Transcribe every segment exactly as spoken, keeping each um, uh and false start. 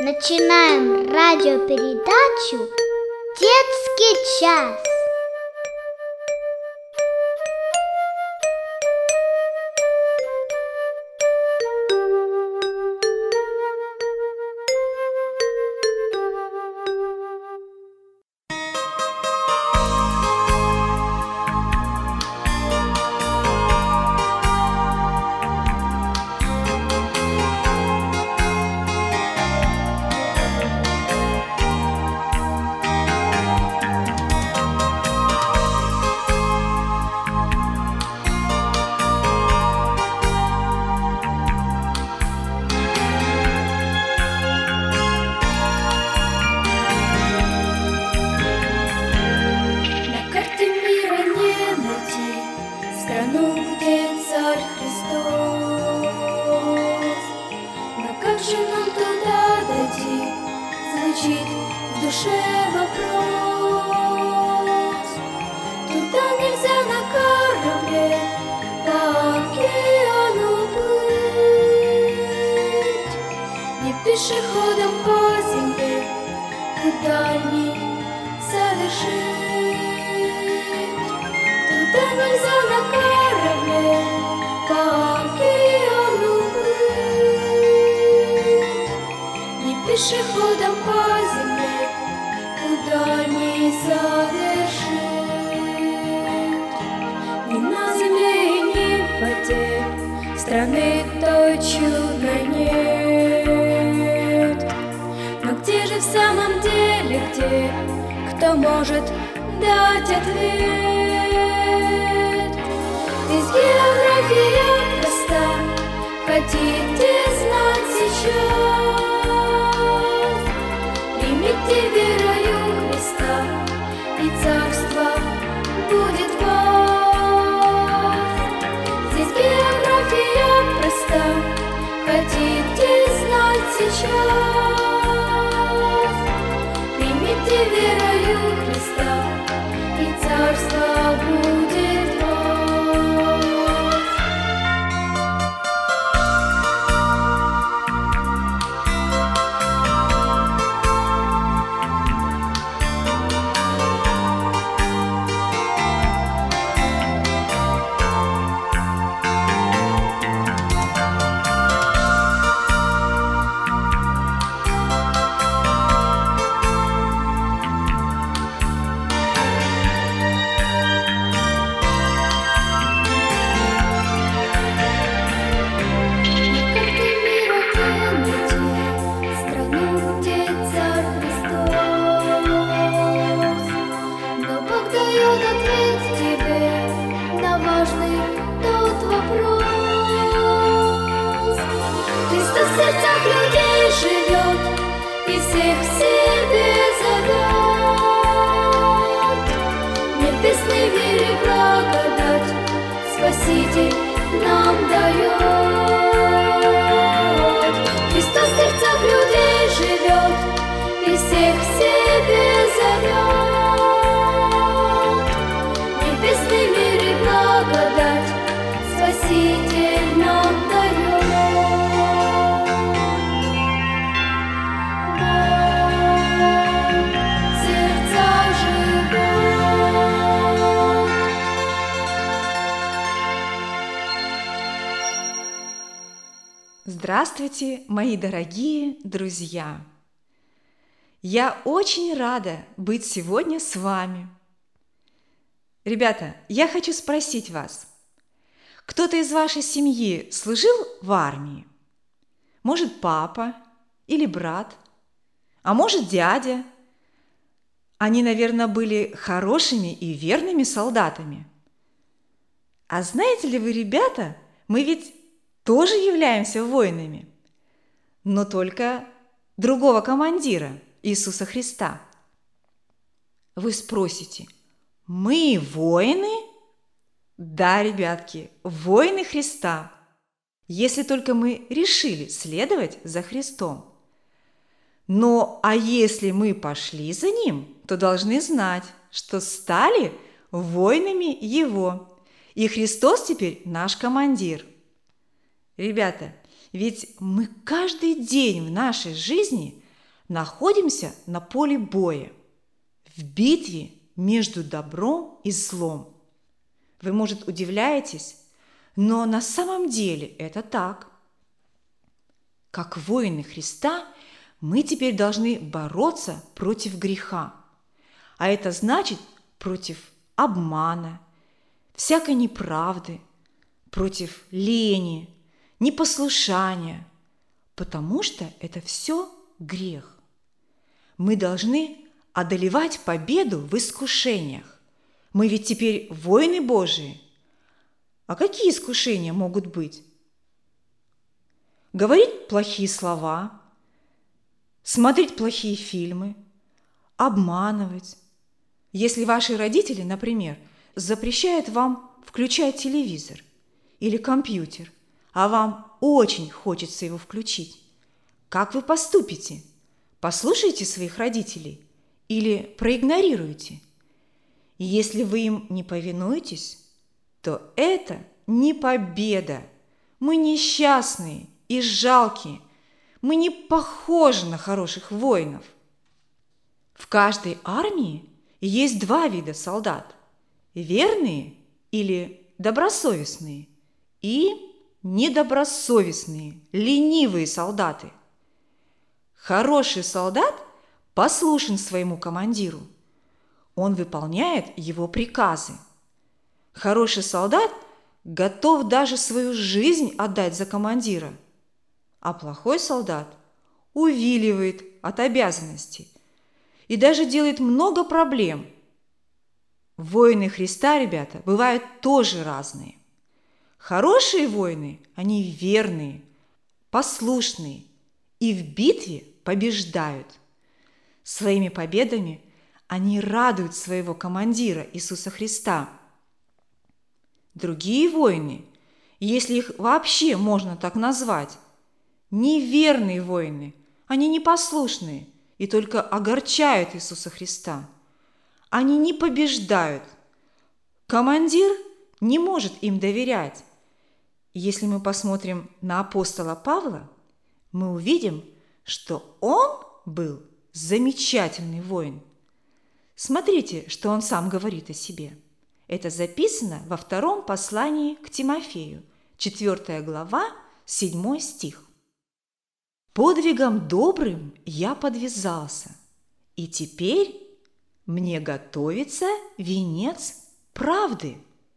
Начинаем радиопередачу «Детский час». В душе вопрос. Туда нельзя на корабле по океану плыть, не пешеходом по земле куда ни совершить. Туда нельзя на корабле по океану плыть, не пешеходом по земле куда ни совершить. Ни на земле и ни в воде страны той чудной нет. Но где же в самом деле, где кто может дать ответ? Здесь география проста, хотите знать сейчас? Примите верою Христа, и царство будет вас. Здесь география проста, хотите знать сейчас? Примите верою Христа, и царство будет вас. Христос в сердцах людей живет и всех в себе зовет. Небесный мир и благодать Спаситель нам дает. Христос в сердцах людей живет и всех в себе зовет. Небесный мир и благодать Спаситель нам дает. Здравствуйте, мои дорогие друзья! Я очень рада быть сегодня с вами. Ребята, я хочу спросить вас, кто-то из вашей семьи служил в армии? Может, папа или брат? А может, дядя? Они, наверное, были хорошими и верными солдатами. А знаете ли вы, ребята, мы ведь тоже являемся воинами, но только другого командира, Иисуса Христа. Вы спросите, мы воины? Да, ребятки, воины Христа, если только мы решили следовать за Христом. Но а если мы пошли за Ним, то должны знать, что стали воинами Его, и Христос теперь наш командир. Ребята, ведь мы каждый день в нашей жизни находимся на поле боя, в битве между добром и злом. Вы, может, удивляетесь, но на самом деле это так. Как воины Христа мы теперь должны бороться против греха, а это значит против обмана, всякой неправды, против лени, непослушания, потому что это все грех. Мы должны одолевать победу в искушениях. Мы ведь теперь воины Божии. А какие искушения могут быть? Говорить плохие слова, смотреть плохие фильмы, обманывать. Если ваши родители, например, запрещают вам включать телевизор или компьютер, а вам очень хочется его включить, как вы поступите? Послушаете своих родителей или проигнорируете? И если вы им не повинуетесь, то это не победа. Мы несчастные и жалкие. Мы не похожи на хороших воинов. В каждой армии есть два вида солдат: верные или добросовестные, и недобросовестные, ленивые солдаты. Хороший солдат послушен своему командиру. Он выполняет его приказы. Хороший солдат готов даже свою жизнь отдать за командира, а плохой солдат увиливает от обязанностей и даже делает много проблем. Воины Христа, ребята, бывают тоже разные. Хорошие воины, они верные, послушные и в битве побеждают. Своими победами они радуют своего командира Иисуса Христа. Другие воины, если их вообще можно так назвать, неверные воины, они непослушные и только огорчают Иисуса Христа. Они не побеждают. Командир не может им доверять. Если мы посмотрим на апостола Павла, мы увидим, что он был замечательный воин. Смотрите, что он сам говорит о себе. Это записано во втором послании к Тимофею, четвёртая глава, седьмой стих. «Подвигом добрым я подвязался, и теперь мне готовится венец правды».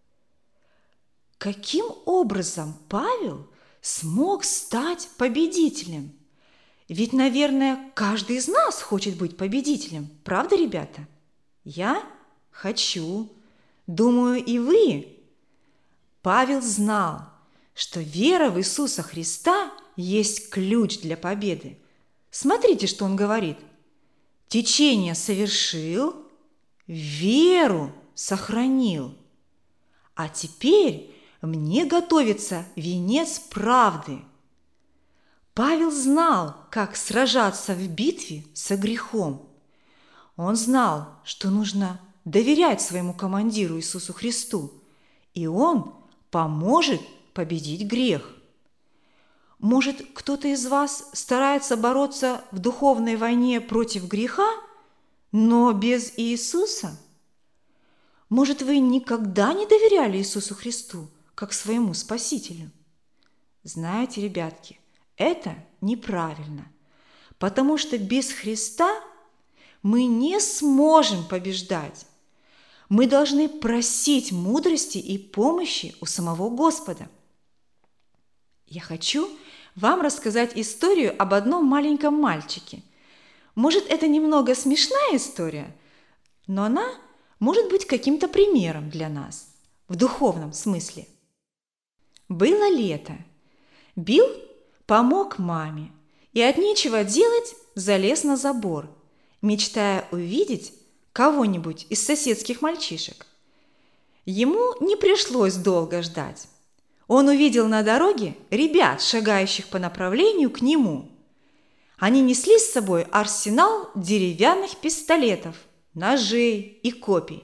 Каким образом Павел смог стать победителем? Ведь, наверное, каждый из нас хочет быть победителем. Правда, ребята? Я хочу. Думаю, и вы. Павел знал, что вера в Иисуса Христа есть ключ для победы. Смотрите, что он говорит. Течение совершил, веру сохранил. А теперь мне готовится венец правды. Павел знал, как сражаться в битве со грехом. Он знал, что нужно доверять своему командиру Иисусу Христу, и он поможет победить грех. Может, кто-то из вас старается бороться в духовной войне против греха, но без Иисуса? Может, вы никогда не доверяли Иисусу Христу как своему Спасителю? Знаете, ребятки, это неправильно, потому что без Христа мы не сможем побеждать. Мы должны просить мудрости и помощи у самого Господа. Я хочу вам рассказать историю об одном маленьком мальчике. Может, это немного смешная история, но она может быть каким-то примером для нас в духовном смысле. Было лето. Билл помог маме и от нечего делать залез на забор, мечтая увидеть кого-нибудь из соседских мальчишек. Ему не пришлось долго ждать. Он увидел на дороге ребят, шагающих по направлению к нему. Они несли с собой арсенал деревянных пистолетов, ножей и копий.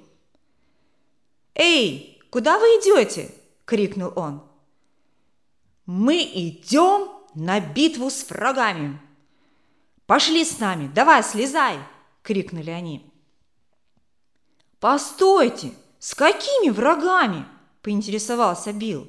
«Эй, куда вы идете?» – крикнул он. «Мы идем на битву с врагами. «Пошли с нами, давай, слезай!» – крикнули они. «Постойте, с какими врагами?» – поинтересовался Билл.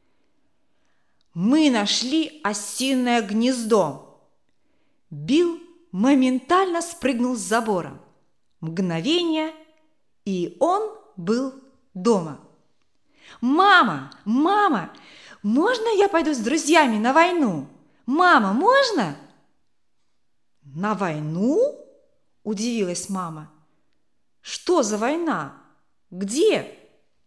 «Мы нашли осиное гнездо!» Билл моментально спрыгнул с забора. Мгновение, и он был дома. «Мама, мама, можно я пойду с друзьями на войну? Мама, можно?» «На войну?» – удивилась мама. «Что за война? Где?»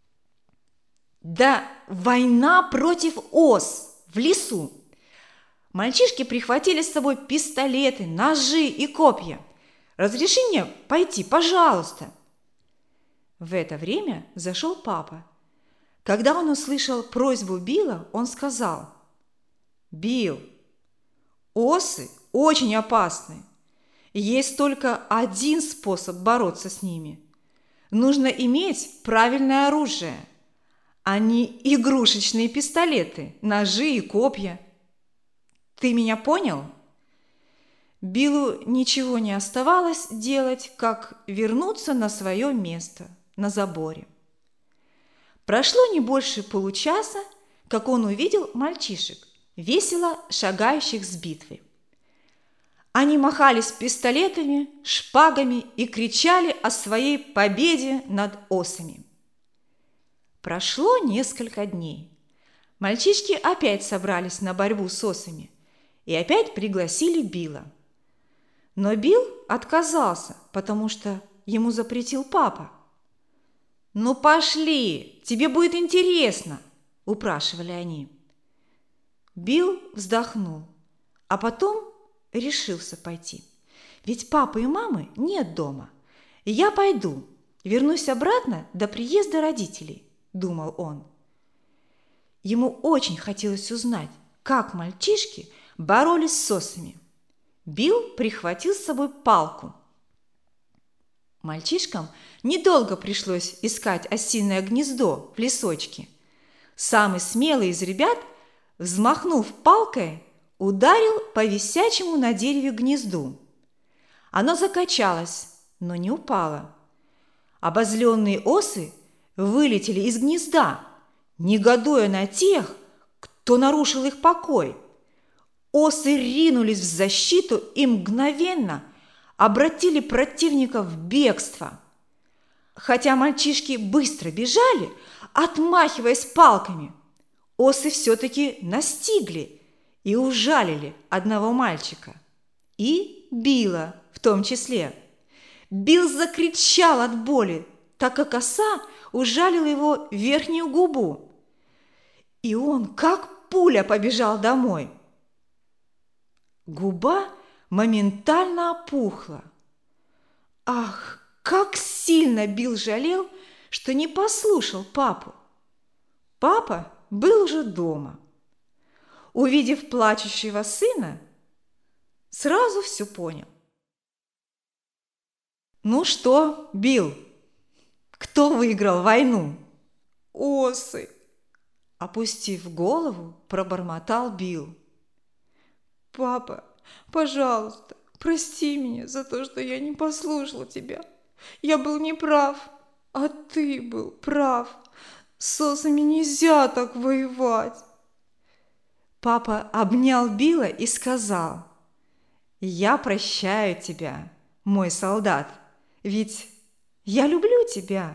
«Да война против ос в лесу. Мальчишки прихватили с собой пистолеты, ножи и копья. Разреши мне пойти, пожалуйста». В это время зашел папа. Когда он услышал просьбу Билла, он сказал: «Билл, осы очень опасны. Есть только один способ бороться с ними. Нужно иметь правильное оружие, а не игрушечные пистолеты, ножи и копья. Ты меня понял?» Биллу ничего не оставалось делать, как вернуться на свое место на заборе. Прошло не больше получаса, как он увидел мальчишек, весело шагающих с битвы. Они махали с пистолетами, шпагами и кричали о своей победе над осами. Прошло несколько дней. Мальчишки опять собрались на борьбу с осами и опять пригласили Билла. Но Билл отказался, потому что ему запретил папа. «Ну пошли, тебе будет интересно», – упрашивали они. Билл вздохнул, а потом решился пойти. «Ведь папы и мамы нет дома. Я пойду, вернусь обратно до приезда родителей», – думал он. Ему очень хотелось узнать, как мальчишки боролись с осами. Билл прихватил с собой палку. Мальчишкам недолго пришлось искать осиное гнездо в лесочке. Самый смелый из ребят, взмахнув палкой, ударил по висячему на дереве гнезду. Оно закачалось, но не упало. Обозленные осы вылетели из гнезда, негодуя на тех, кто нарушил их покой. Осы ринулись в защиту и мгновенно обратили противника в бегство. Хотя мальчишки быстро бежали, отмахиваясь палками, осы все-таки настигли и ужалили одного мальчика. И Билла в том числе. Билл закричал от боли, так как оса ужалила его верхнюю губу. И он, как пуля, побежал домой. Губа моментально опухла. Ах, как сильно Билл жалел, что не послушал папу. Папа был уже дома. Увидев плачущего сына, сразу все понял. «Ну что, Билл, кто выиграл войну?» «Осы!» Опустив голову, пробормотал Билл. «Папа, пожалуйста, прости меня за то, что я не послушал тебя. Я был неправ, а ты был прав. С осами нельзя так воевать». Папа обнял Билла и сказал: «Я прощаю тебя, мой солдат, ведь я люблю тебя».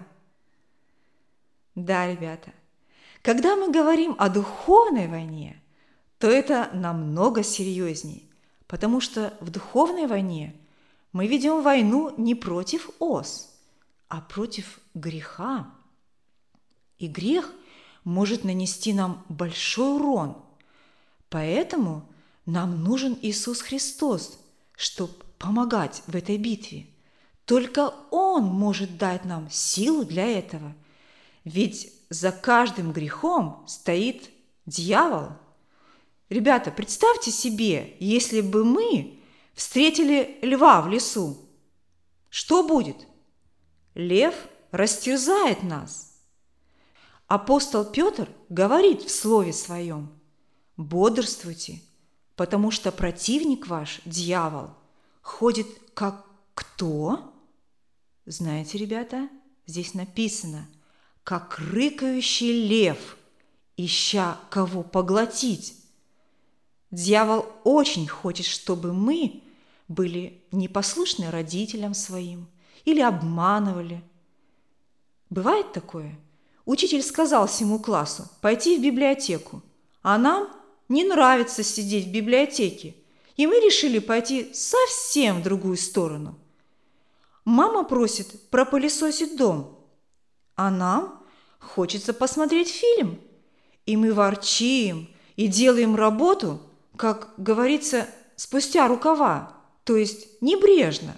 Да, ребята, когда мы говорим о духовной войне, то это намного серьезней, потому что в духовной войне мы ведем войну не против ос, а против греха. И грех может нанести нам большой урон. Поэтому нам нужен Иисус Христос, чтобы помогать в этой битве. Только Он может дать нам силу для этого. Ведь за каждым грехом стоит дьявол. Ребята, представьте себе, если бы мы встретили льва в лесу. Что будет? Лев растерзает нас. Апостол Петр говорит в слове своем: «Бодрствуйте, потому что противник ваш, дьявол, ходит как кто? Знаете, ребята, здесь написано, как рыкающий лев, ища кого поглотить. Дьявол очень хочет, чтобы мы были непослушны родителям своим или обманывали. Бывает такое? Учитель сказал всему классу пойти в библиотеку, а нам не нравится сидеть в библиотеке, и мы решили пойти совсем в другую сторону. Мама просит пропылесосить дом, а нам хочется посмотреть фильм, и мы ворчим и делаем работу, как говорится, спустя рукава, то есть небрежно.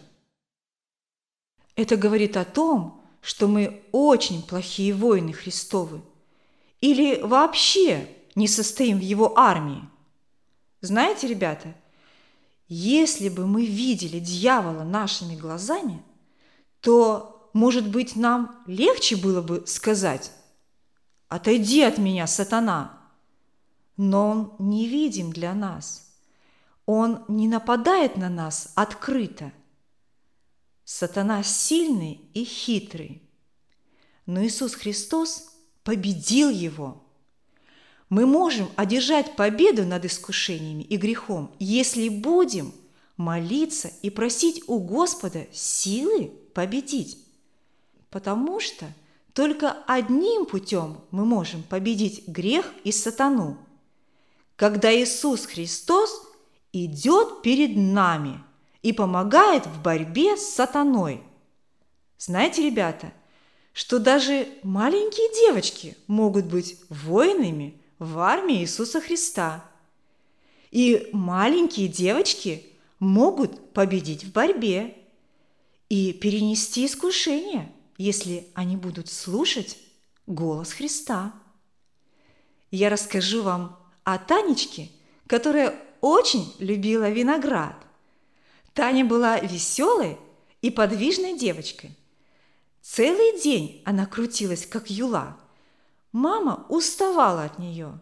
Это говорит о том, что мы очень плохие воины Христовы или вообще не состоим в Его армии. Знаете, ребята, если бы мы видели дьявола нашими глазами, то, может быть, нам легче было бы сказать: «Отойди от меня, сатана!» Но он невидим для нас. Он не нападает на нас открыто. Сатана сильный и хитрый, но Иисус Христос победил его. Мы можем одержать победу над искушениями и грехом, если будем молиться и просить у Господа силы победить. Потому что только одним путем мы можем победить грех и сатану, когда Иисус Христос идет перед нами и помогает в борьбе с сатаной. Знаете, ребята, что даже маленькие девочки могут быть воинами в армии Иисуса Христа. И маленькие девочки могут победить в борьбе и перенести искушение, если они будут слушать голос Христа. Я расскажу вам о Танечке, которая очень любила виноград. Таня была веселой и подвижной девочкой. Целый день она крутилась, как юла. Мама уставала от нее.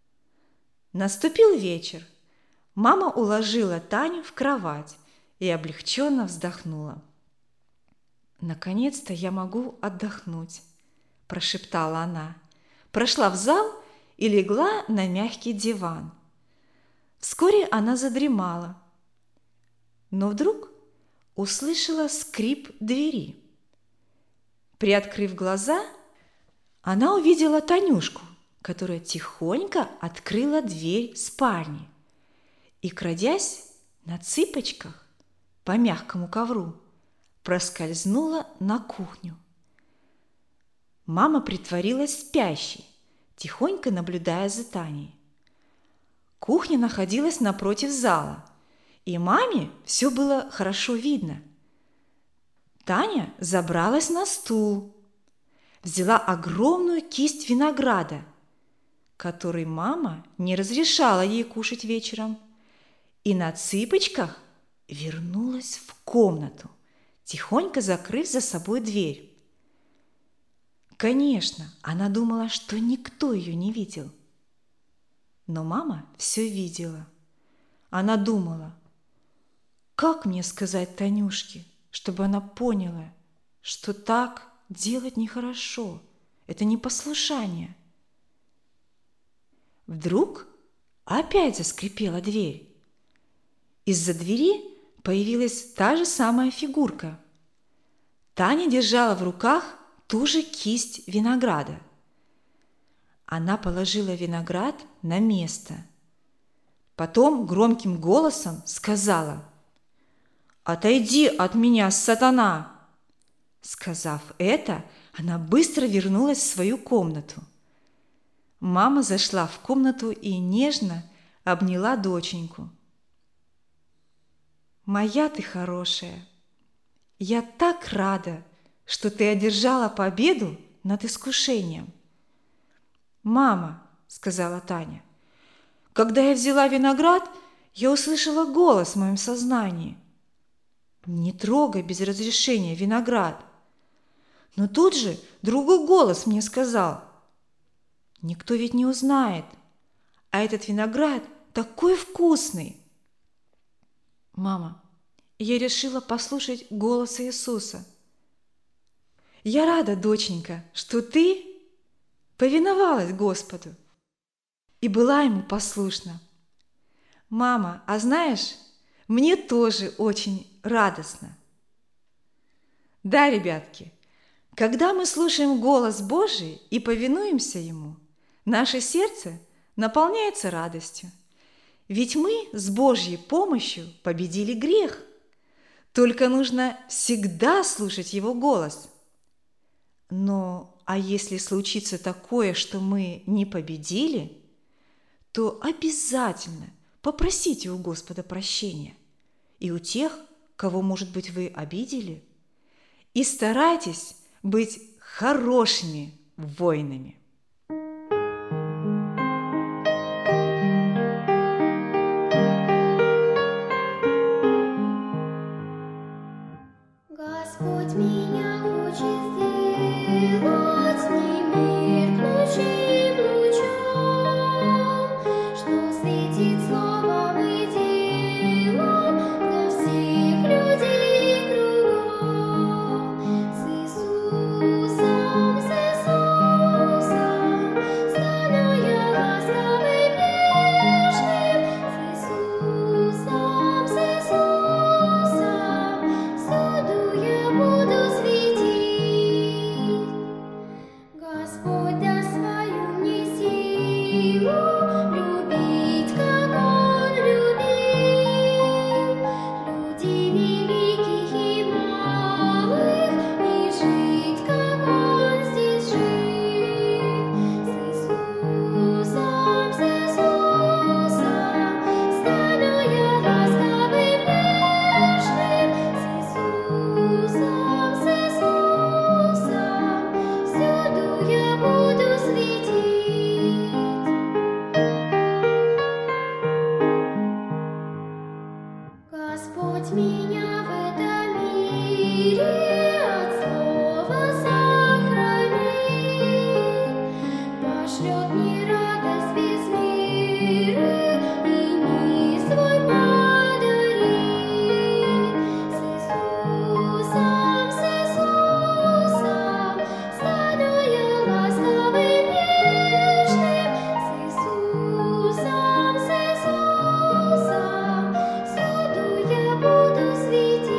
Наступил вечер. Мама уложила Таню в кровать и облегченно вздохнула. «Наконец-то я могу отдохнуть», – прошептала она. Прошла в зал и легла на мягкий диван. Вскоре она задремала. Но вдруг услышала скрип двери. Приоткрыв глаза, она увидела Танюшку, которая тихонько открыла дверь спальни и, крадясь на цыпочках по мягкому ковру, проскользнула на кухню. Мама притворилась спящей, тихонько наблюдая за Таней. Кухня находилась напротив зала, и маме все было хорошо видно. Таня забралась на стул, взяла огромную кисть винограда, который мама не разрешала ей кушать вечером, и на цыпочках вернулась в комнату, тихонько закрыв за собой дверь. Конечно, она думала, что никто ее не видел. Но мама все видела. Она думала: как мне сказать Танюшке, чтобы она поняла, что так делать нехорошо, это непослушание. Вдруг опять заскрипела дверь. Из-за двери появилась та же самая фигурка. Таня держала в руках ту же кисть винограда. Она положила виноград на место. Потом громким голосом сказала: «Отойди от меня, сатана!» Сказав это, она быстро вернулась в свою комнату. Мама зашла в комнату и нежно обняла доченьку. «Моя ты хорошая! Я так рада, что ты одержала победу над искушением!» «Мама», — сказала Таня, — «когда я взяла виноград, я услышала голос в моем сознании. Не трогай без разрешения виноград. Но тут же другой голос мне сказал: никто ведь не узнает, а этот виноград такой вкусный». «Мама, я решила послушать голос Иисуса. Я рада, доченька, что ты повиновалась Господу и была Ему послушна. Мама, а знаешь, мне тоже очень радостно. Да, ребятки, когда мы слушаем голос Божий и повинуемся Ему, наше сердце наполняется радостью. Ведь мы с Божьей помощью победили грех. Только нужно всегда слушать Его голос. Но а если случится такое, что мы не победили, то обязательно попросите у Господа прощения и у тех, кого, может быть, вы обидели, и старайтесь быть хорошими воинами. Господь меня учит сделать с ним мир ключим лучом, что светит словом и делом для всех людей кругом. С Иисусом, с Иисусом стану я ласковым, нежным. С Иисусом, с Иисусом всюду я буду светить. Господь даст свою мне силу любить, как Он любил, людей великих и малых, и жить, как Он здесь жил. С Иисусом, с Иисусом стану я ласковым, нежным. С Иисусом, с Иисусом всюду я буду светить. Господь меня в этом мире от слова сохранит, пошлет мне радость без меры и мир свой подарит. С Иисусом, с Иисусом стану я ласковым, нежным. С Иисусом, с Иисусом всюду я буду светить.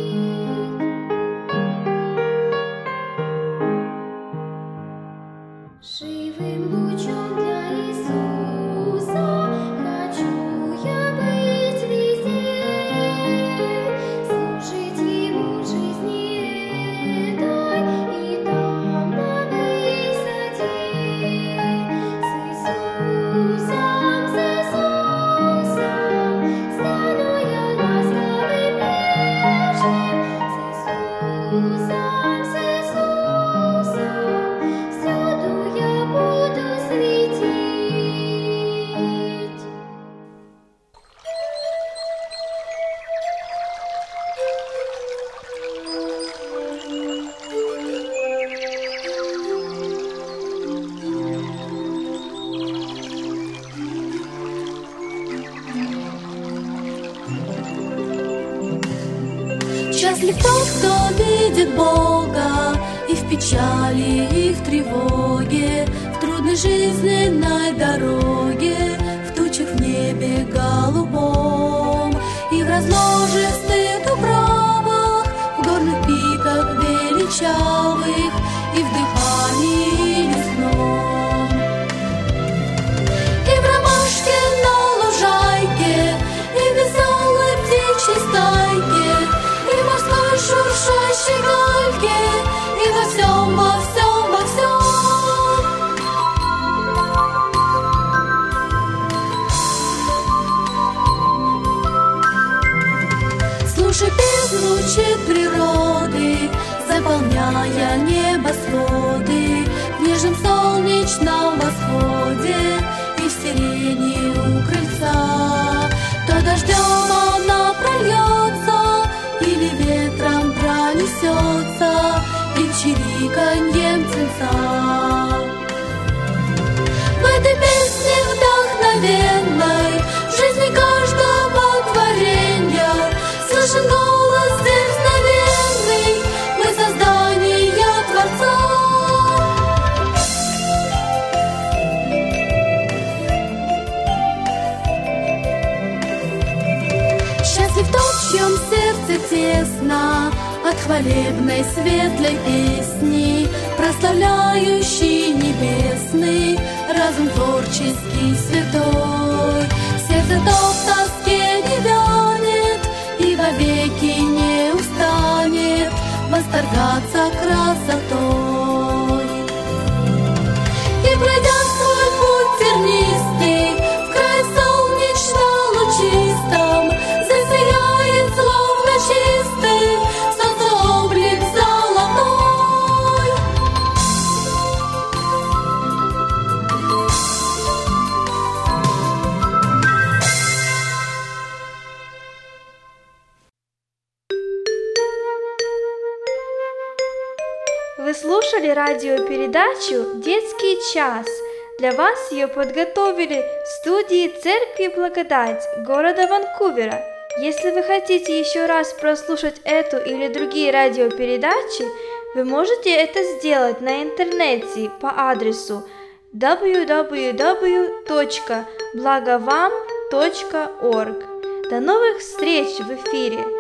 Живым лучом для Иисуса хочу я быть везде, служить Ему в жизни этой и там на высоте. С Иисусом, с Иисусом стану я ласковым, нежным. С Иисусом, с Иисусом всюду я буду светить. Счастлив тот, кто видит Бога и в печали, и в тревоге, в трудной жизненной дороге, в тучах в небе голубом и в разложистых дубравах, в горных пиках величавых и в дыхании лесном. И в ромашке на лужайке, и в веселой птичьей стайке, и в морской шуршащей гальке, и во всем, во всем, во всем. Слушай, песнь звучит природы, заполняя небосводы в нежном солнечном восходе и в сирени у крыльца. То дождем она прольется, или ветром пронесется, и чириканьем птенца. В этой песне вдохновенной, в жизни каждого творенья слышен голос Если в том, в чьем сердце тесно от хвалебной светлой песни, прославляющий небесный разум творческий святой, сердце то в тоске не вянет и вовеки не устанет восторгаться красотой. И пройдя свой путь тернистый, в край солнечно-лучистом засияет словно чистый солнцеоблик золотой. Вы слушали радиопередачу «Детский час». Для вас ее подготовили в студии Церкви Благодать города Ванкувера. Если вы хотите еще раз прослушать эту или другие радиопередачи, вы можете это сделать на интернете по адресу дабл ю дабл ю дабл ю точка благовам точка орг. До новых встреч в эфире!